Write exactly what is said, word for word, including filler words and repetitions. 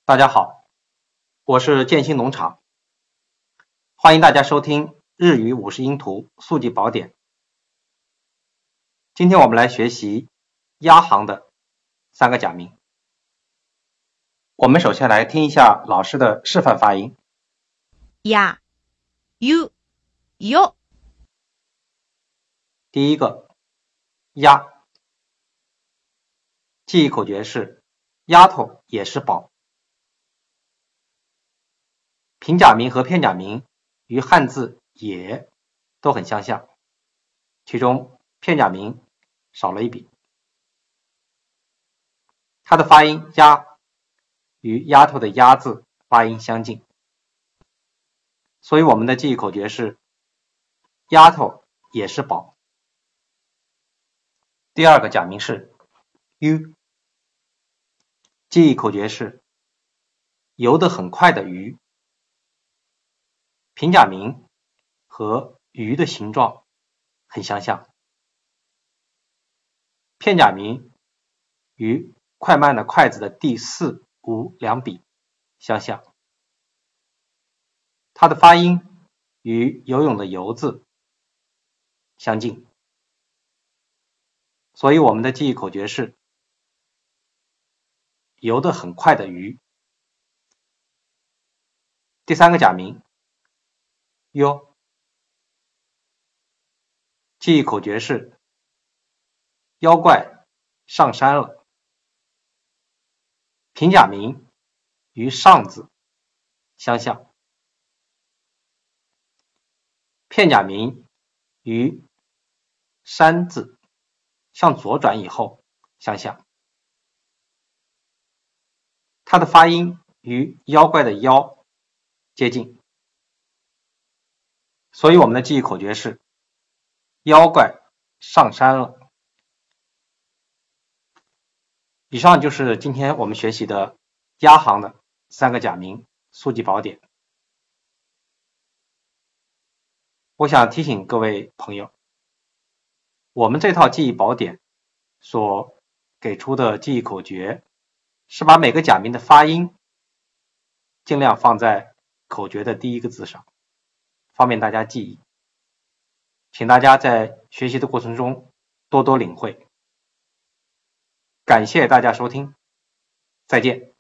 大家好，我是建新农场，欢迎大家收听日语五十音图速记宝典。今天我们来学习押行的三个假名。我们首先来听一下老师的示范发音。 や、ゆ、よ。 第一个押，记忆口诀是丫头也是宝。平假名和片假名与汉字也都很相像，其中片假名少了一笔。它的发音丫与丫头的丫字发音相近，所以我们的记忆口诀是丫头也是宝。第二个假名是 U， 记忆口诀是游得很快的鱼。平假名和鱼的形状很相像，片假名与快慢的快字的第四、五两笔相像，它的发音与游泳的游字相近，所以我们的记忆口诀是游得很快的鱼。第三个假名哟，记忆口诀是妖怪上山了。平假名与上字相像，片假名与山字向左转以后相像，它的发音与妖怪的妖接近，所以我们的记忆口诀是妖怪上山了。以上就是今天我们学习的押行的三个假名速记宝典。我想提醒各位朋友，我们这套记忆宝典所给出的记忆口诀是把每个假名的发音尽量放在口诀的第一个字上，方便大家记忆。请大家在学习的过程中多多领会。感谢大家收听，再见。